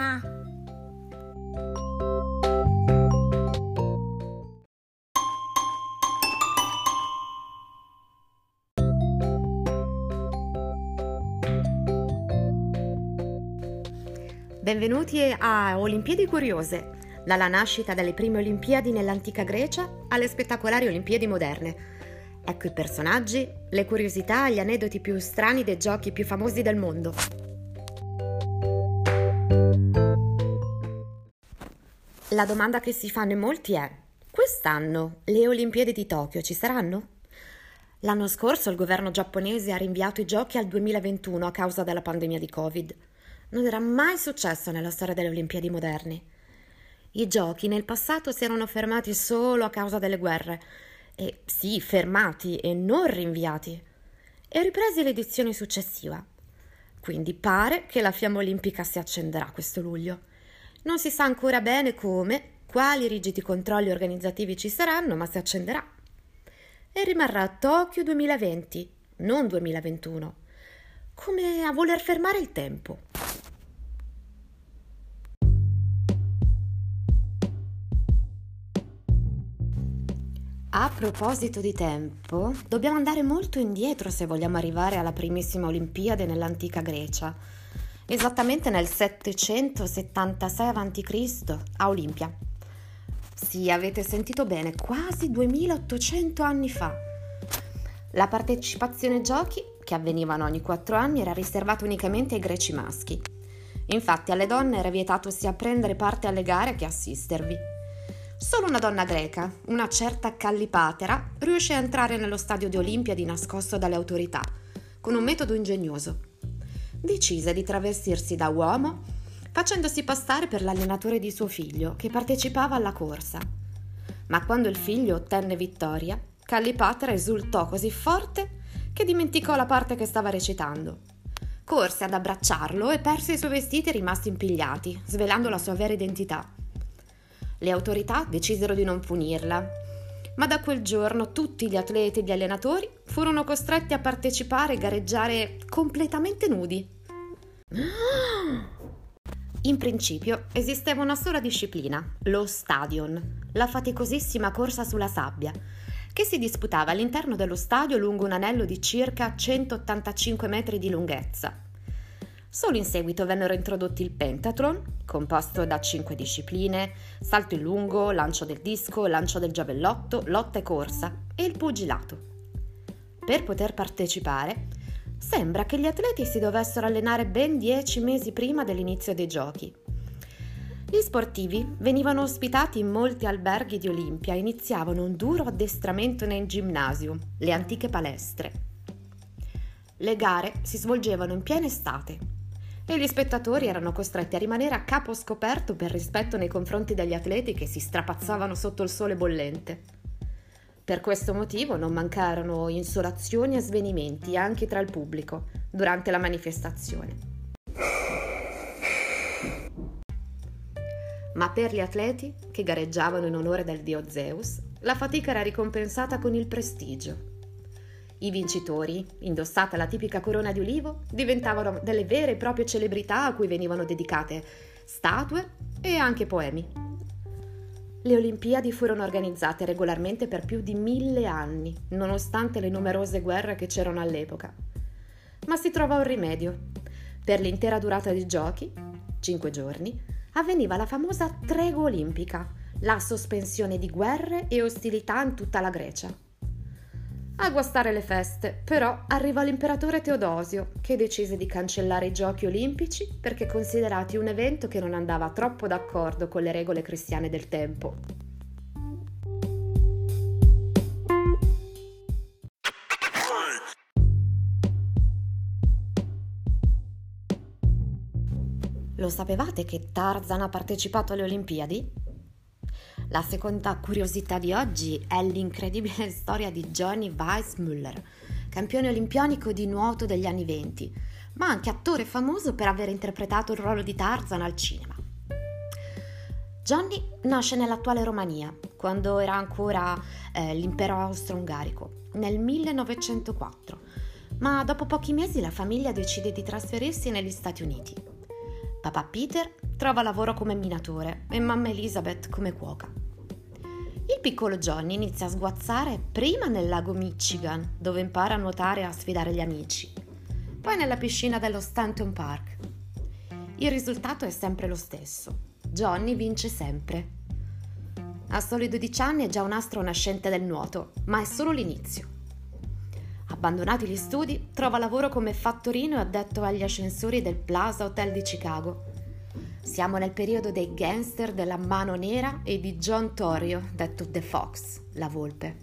mamma. Benvenuti a Olimpiadi Curiose, dalla nascita delle prime Olimpiadi nell'antica Grecia alle spettacolari Olimpiadi moderne. Ecco i personaggi, le curiosità e gli aneddoti più strani dei giochi più famosi del mondo. La domanda che si fanno in molti è: quest'anno le Olimpiadi di Tokyo ci saranno? L'anno scorso il governo giapponese ha rinviato i giochi al 2021 a causa della pandemia di Covid. Non era mai successo nella storia delle Olimpiadi moderne. I giochi nel passato si erano fermati solo a causa delle guerre. E sì, fermati e non rinviati. E ripresi l'edizione successiva. Quindi pare che la fiamma olimpica si accenderà questo luglio. Non si sa ancora bene come, quali rigidi controlli organizzativi ci saranno, ma si accenderà. E rimarrà a Tokyo 2020, non 2021. Come a voler fermare il tempo. A proposito di tempo, dobbiamo andare molto indietro se vogliamo arrivare alla primissima Olimpiade nell'antica Grecia, esattamente nel 776 a.C. a Olimpia. Sì, avete sentito bene, quasi 2800 anni fa. La partecipazione ai giochi, che avvenivano ogni 4 anni, era riservata unicamente ai greci maschi. Infatti alle donne era vietato sia prendere parte alle gare che assistervi. Solo una donna greca, una certa Callipatera, riuscì a entrare nello stadio di Olimpia di nascosto dalle autorità, con un metodo ingegnoso. Decise di travestirsi da uomo, facendosi passare per l'allenatore di suo figlio, che partecipava alla corsa. Ma quando il figlio ottenne vittoria, Callipatera esultò così forte che dimenticò la parte che stava recitando. Corse ad abbracciarlo e perse i suoi vestiti rimasti impigliati, svelando la sua vera identità. Le autorità decisero di non punirla, ma da quel giorno tutti gli atleti e gli allenatori furono costretti a partecipare e gareggiare completamente nudi. In principio esisteva una sola disciplina, lo stadion, la faticosissima corsa sulla sabbia, che si disputava all'interno dello stadio lungo un anello di circa 185 metri di lunghezza. Solo in seguito vennero introdotti il pentathlon, composto da 5 discipline, salto in lungo, lancio del disco, lancio del giavellotto, lotta e corsa, e il pugilato. Per poter partecipare, sembra che gli atleti si dovessero allenare ben 10 mesi prima dell'inizio dei giochi. Gli sportivi venivano ospitati in molti alberghi di Olimpia e iniziavano un duro addestramento nei gymnasium, le antiche palestre. Le gare si svolgevano in piena estate e gli spettatori erano costretti a rimanere a capo scoperto per rispetto nei confronti degli atleti che si strapazzavano sotto il sole bollente. Per questo motivo non mancarono insolazioni e svenimenti anche tra il pubblico durante la manifestazione. Ma per gli atleti, che gareggiavano in onore del dio Zeus, la fatica era ricompensata con il prestigio. I vincitori, indossata la tipica corona di ulivo, diventavano delle vere e proprie celebrità a cui venivano dedicate statue e anche poemi. Le Olimpiadi furono organizzate regolarmente per più di 1000 anni, nonostante le numerose guerre che c'erano all'epoca. Ma si trovò un rimedio. Per l'intera durata dei giochi, 5 giorni, avveniva la famosa tregua olimpica, la sospensione di guerre e ostilità in tutta la Grecia. A guastare le feste, però, arrivò l'imperatore Teodosio, che decise di cancellare i giochi olimpici perché considerati un evento che non andava troppo d'accordo con le regole cristiane del tempo. Lo sapevate che Tarzan ha partecipato alle Olimpiadi? La seconda curiosità di oggi è l'incredibile storia di Johnny Weissmuller, campione olimpionico di nuoto degli anni '20, ma anche attore famoso per aver interpretato il ruolo di Tarzan al cinema. Johnny nasce nell'attuale Romania, quando era ancora l'impero austro-ungarico, nel 1904, ma dopo pochi mesi la famiglia decide di trasferirsi negli Stati Uniti. Papà Peter trova lavoro come minatore e mamma Elizabeth come cuoca. Il piccolo Johnny inizia a sguazzare prima nel lago Michigan, dove impara a nuotare e a sfidare gli amici, poi nella piscina dello Stanton Park. Il risultato è sempre lo stesso. Johnny vince sempre. A soli 12 anni è già un astro nascente del nuoto, ma è solo l'inizio. Abbandonati gli studi, trova lavoro come fattorino e addetto agli ascensori del Plaza Hotel di Chicago. Siamo nel periodo dei gangster della Mano Nera e di John Torrio, detto The Fox, la volpe.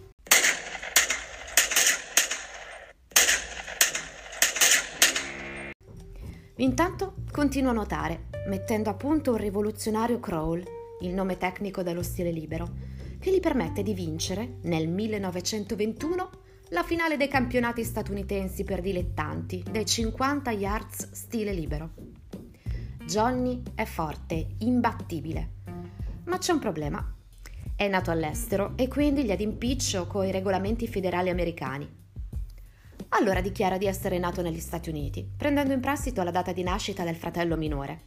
Intanto continua a nuotare, mettendo a punto un rivoluzionario crawl, il nome tecnico dello stile libero, che gli permette di vincere, nel 1921, la finale dei campionati statunitensi per dilettanti dei 50 yards stile libero. Johnny è forte, imbattibile, ma c'è un problema. È nato all'estero e quindi gli è d'impiccio coi regolamenti federali americani. Allora dichiara di essere nato negli Stati Uniti, prendendo in prestito la data di nascita del fratello minore.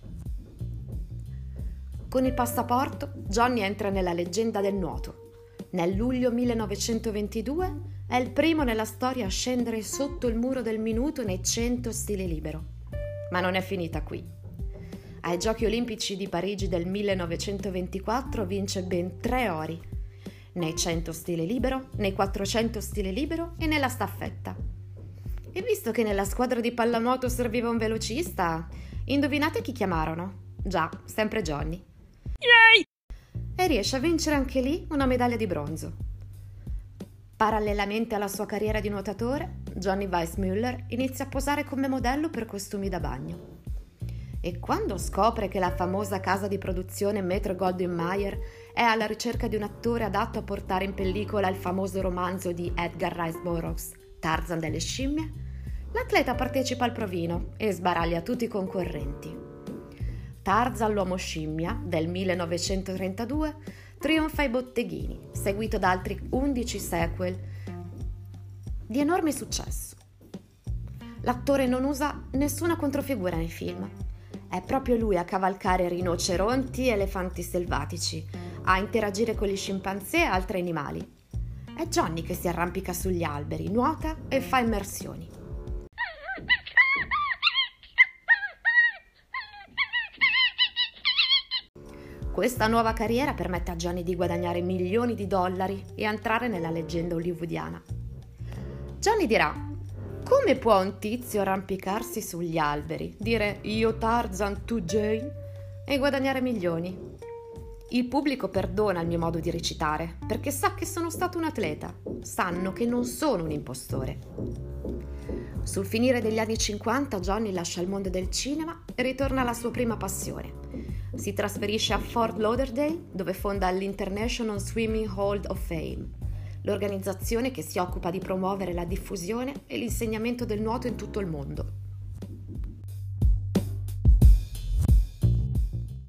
Con il passaporto, Johnny entra nella leggenda del nuoto. Nel luglio 1922 è il primo nella storia a scendere sotto il muro del minuto nei 100 stile libero. Ma non è finita qui. Ai Giochi Olimpici di Parigi del 1924 vince ben 3 ori, nei 100 stile libero, nei 400 stile libero e nella staffetta. E visto che nella squadra di pallanuoto serviva un velocista, indovinate chi chiamarono? Già, sempre Johnny. Yay! E riesce a vincere anche lì una medaglia di bronzo. Parallelamente alla sua carriera di nuotatore, Johnny Weissmuller inizia a posare come modello per costumi da bagno. E quando scopre che la famosa casa di produzione Metro-Goldwyn-Mayer è alla ricerca di un attore adatto a portare in pellicola il famoso romanzo di Edgar Rice Burroughs, Tarzan delle scimmie, l'atleta partecipa al provino e sbaraglia tutti i concorrenti. Tarzan l'uomo scimmia del 1932 trionfa ai botteghini, seguito da altri 11 sequel di enorme successo. L'attore non usa nessuna controfigura nei film. È proprio lui a cavalcare rinoceronti e elefanti selvatici, a interagire con gli scimpanzé e altri animali. È Johnny che si arrampica sugli alberi, nuota e fa immersioni. Questa nuova carriera permette a Johnny di guadagnare milioni di dollari e entrare nella leggenda hollywoodiana. Johnny dirà: come può un tizio arrampicarsi sugli alberi, dire io Tarzan, tu Jane, e guadagnare milioni? Il pubblico perdona il mio modo di recitare, perché sa che sono stato un atleta, sanno che non sono un impostore. Sul finire degli anni 50 Johnny lascia il mondo del cinema e ritorna alla sua prima passione. Si trasferisce a Fort Lauderdale, dove fonda l'International Swimming Hall of Fame, l'organizzazione che si occupa di promuovere la diffusione e l'insegnamento del nuoto in tutto il mondo.